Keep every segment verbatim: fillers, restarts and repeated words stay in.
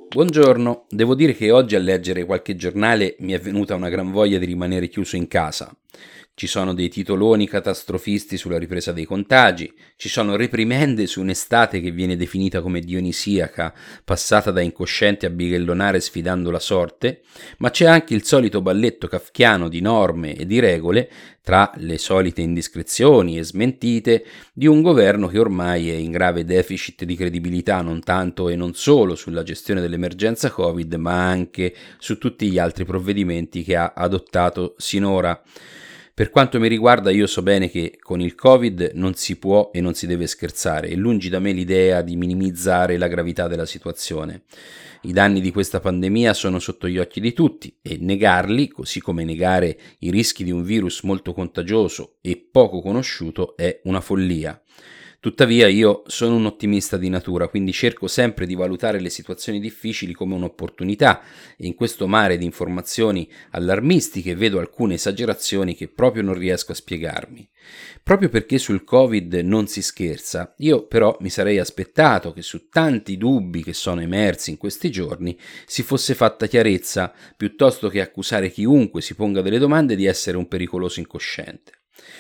Buongiorno, devo dire che oggi a leggere qualche giornale mi è venuta una gran voglia di rimanere chiuso in casa. Ci sono dei titoloni catastrofisti sulla ripresa dei contagi, ci sono reprimende su un'estate che viene definita come dionisiaca, passata da incoscienti a bighellonare sfidando la sorte, ma c'è anche il solito balletto kafkiano di norme e di regole, tra le solite indiscrezioni e smentite, di un governo che ormai è in grave deficit di credibilità non tanto e non solo sulla gestione dell'emergenza Covid, ma anche su tutti gli altri provvedimenti che ha adottato sinora. Per quanto mi riguarda, io so bene che con il Covid non si può e non si deve scherzare, e lungi da me l'idea di minimizzare la gravità della situazione. I danni di questa pandemia sono sotto gli occhi di tutti e negarli, così come negare i rischi di un virus molto contagioso e poco conosciuto, è una follia. Tuttavia io sono un ottimista di natura, quindi cerco sempre di valutare le situazioni difficili come un'opportunità e in questo mare di informazioni allarmistiche vedo alcune esagerazioni che proprio non riesco a spiegarmi. Proprio perché sul Covid non si scherza, io però mi sarei aspettato che su tanti dubbi che sono emersi in questi giorni si fosse fatta chiarezza, piuttosto che accusare chiunque si ponga delle domande di essere un pericoloso incosciente.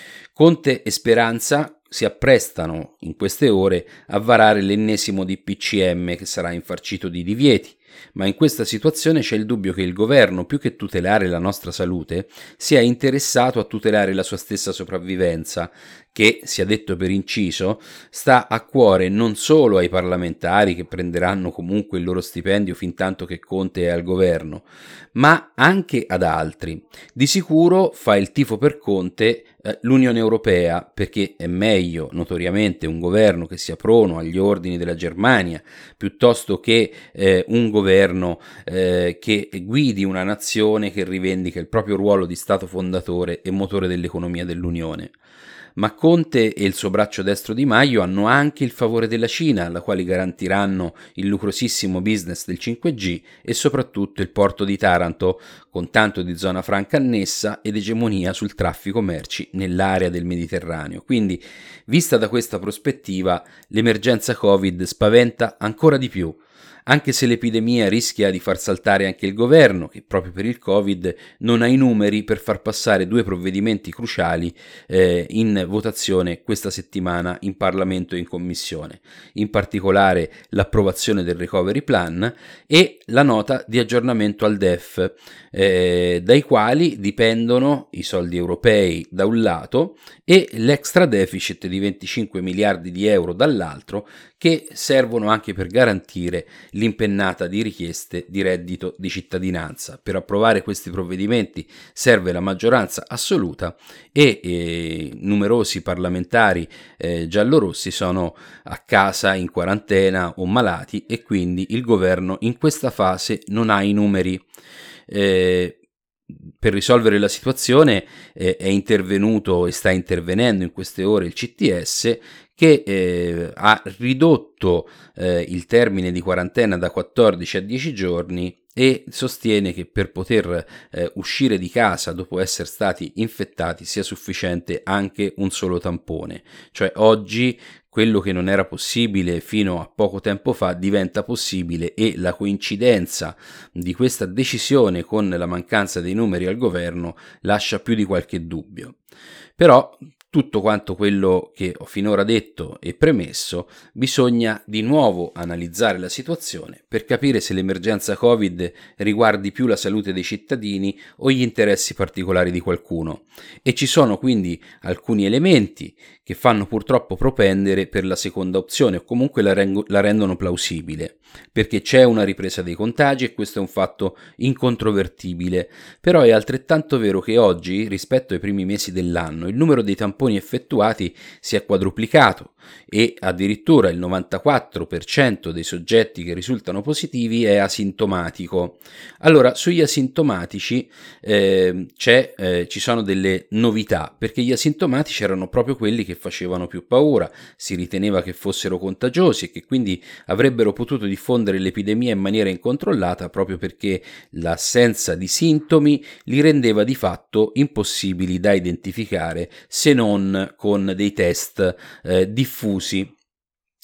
Conte e Speranza si apprestano in queste ore a varare l'ennesimo D P C M che sarà infarcito di divieti, ma in questa situazione c'è il dubbio che il governo, più che tutelare la nostra salute, sia interessato a tutelare la sua stessa sopravvivenza, che, sia detto per inciso, sta a cuore non solo ai parlamentari che prenderanno comunque il loro stipendio fin tanto che Conte è al governo, ma anche ad altri. Di sicuro fa il tifo per Conte eh, l'Unione Europea, perché è meglio notoriamente un governo che sia prono agli ordini della Germania piuttosto che eh, un governo eh, che guidi una nazione che rivendica il proprio ruolo di Stato fondatore e motore dell'economia dell'Unione. Ma Conte e il suo braccio destro Di Maio hanno anche il favore della Cina, alla quale garantiranno il lucrosissimo business del cinque G e soprattutto il porto di Taranto, con tanto di zona franca annessa ed egemonia sul traffico merci nell'area del Mediterraneo. Quindi, vista da questa prospettiva, l'emergenza Covid spaventa ancora di più, anche se l'epidemia rischia di far saltare anche il governo, che proprio per il Covid non ha i numeri per far passare due provvedimenti cruciali eh, in votazione questa settimana in Parlamento e in Commissione, in particolare l'approvazione del Recovery Plan e la nota di aggiornamento al D E F, eh, dai quali dipendono i soldi europei da un lato e l'extra deficit di venticinque miliardi di euro dall'altro, che servono anche per garantire l'impennata di richieste di reddito di cittadinanza. Per approvare questi provvedimenti serve la maggioranza assoluta e eh, numerosi parlamentari eh, giallorossi sono a casa in quarantena o malati e quindi il governo in questa fase non ha i numeri. Eh, per risolvere la situazione eh, è intervenuto e sta intervenendo in queste ore il C T S, che eh, ha ridotto eh, il termine di quarantena da quattordici a dieci giorni e sostiene che per poter eh, uscire di casa dopo essere stati infettati sia sufficiente anche un solo tampone. Cioè oggi quello che non era possibile fino a poco tempo fa diventa possibile e la coincidenza di questa decisione con la mancanza dei numeri al governo lascia più di qualche dubbio. Però tutto quanto quello che ho finora detto e premesso, bisogna di nuovo analizzare la situazione per capire se l'emergenza Covid riguardi più la salute dei cittadini o gli interessi particolari di qualcuno. E ci sono quindi alcuni elementi che fanno purtroppo propendere per la seconda opzione o comunque la, reng- la rendono plausibile, perché c'è una ripresa dei contagi e questo è un fatto incontrovertibile. Però è altrettanto vero che oggi, rispetto ai primi mesi dell'anno, il numero dei tamponi effettuati si è quadruplicato e addirittura il novantaquattro per cento dei soggetti che risultano positivi è asintomatico. Allora, sugli asintomatici eh, c'è, eh, ci sono delle novità, perché gli asintomatici erano proprio quelli che facevano più paura, si riteneva che fossero contagiosi e che quindi avrebbero potuto diffondere l'epidemia in maniera incontrollata proprio perché l'assenza di sintomi li rendeva di fatto impossibili da identificare se non con dei test eh, diffusi.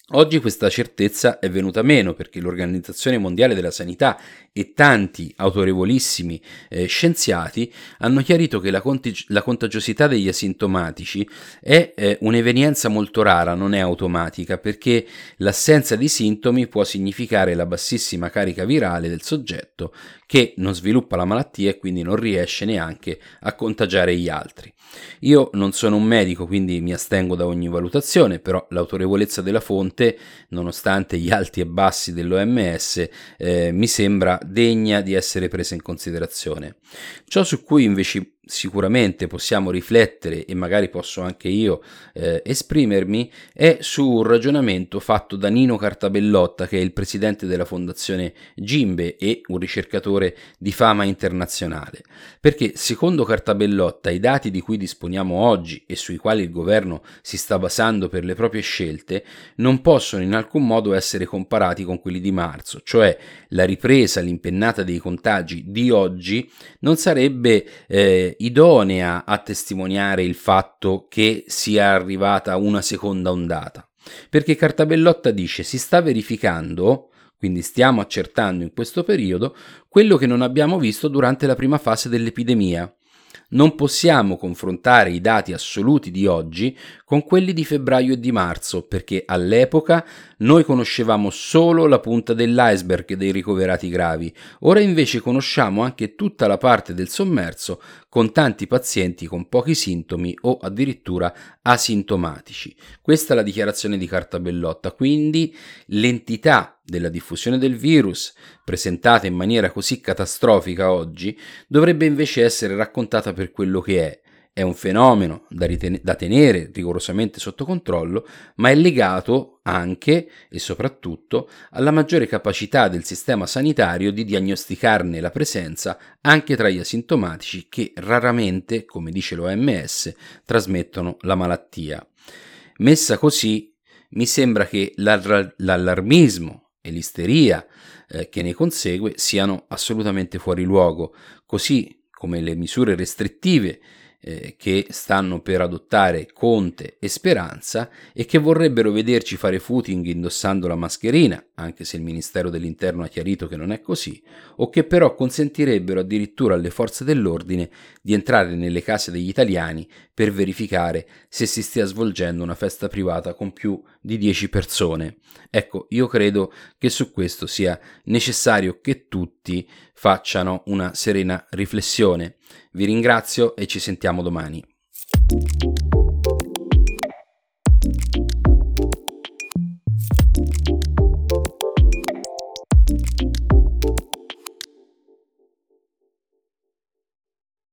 Oggi questa certezza è venuta meno perché l'Organizzazione Mondiale della Sanità e tanti autorevolissimi eh, scienziati hanno chiarito che la, contig- la contagiosità degli asintomatici è eh, un'evenienza molto rara, non è automatica, perché l'assenza di sintomi può significare la bassissima carica virale del soggetto che non sviluppa la malattia e quindi non riesce neanche a contagiare gli altri. Io non sono un medico, quindi mi astengo da ogni valutazione, però l'autorevolezza della fonte, nonostante gli alti e bassi dell'O M S, eh, mi sembra degna di essere presa in considerazione. Ciò su cui invece sicuramente possiamo riflettere, e magari posso anche io eh, esprimermi, è su un ragionamento fatto da Nino Cartabellotta, che è il presidente della fondazione Gimbe e un ricercatore di fama internazionale, perché secondo Cartabellotta i dati di cui disponiamo oggi e sui quali il governo si sta basando per le proprie scelte non possono in alcun modo essere comparati con quelli di marzo, cioè la ripresa, l'impennata dei contagi di oggi non sarebbe eh, idonea a testimoniare il fatto che sia arrivata una seconda ondata, perché Cartabellotta dice si sta verificando, quindi stiamo accertando in questo periodo, quello che non abbiamo visto durante la prima fase dell'epidemia. Non possiamo confrontare i dati assoluti di oggi con quelli di febbraio e di marzo, perché all'epoca noi conoscevamo solo la punta dell'iceberg dei ricoverati gravi, ora invece conosciamo anche tutta la parte del sommerso con tanti pazienti con pochi sintomi o addirittura asintomatici. Questa è la dichiarazione di Cartabellotta, quindi l'entità della diffusione del virus, presentata in maniera così catastrofica oggi, dovrebbe invece essere raccontata per quello che è. È un fenomeno da, riten- da tenere rigorosamente sotto controllo, ma è legato anche e soprattutto alla maggiore capacità del sistema sanitario di diagnosticarne la presenza anche tra gli asintomatici che raramente, come dice l'O M S, trasmettono la malattia. Messa così, mi sembra che l'allar- l'allarmismo e l'isteria eh, che ne consegue siano assolutamente fuori luogo, così come le misure restrittive eh, che stanno per adottare Conte e Speranza e che vorrebbero vederci fare footing indossando la mascherina, anche se il Ministero dell'Interno ha chiarito che non è così, o che però consentirebbero addirittura alle forze dell'ordine di entrare nelle case degli italiani per verificare se si stia svolgendo una festa privata con più di dieci persone. Ecco, io credo che su questo sia necessario che tutti facciano una serena riflessione. Vi ringrazio e ci sentiamo domani.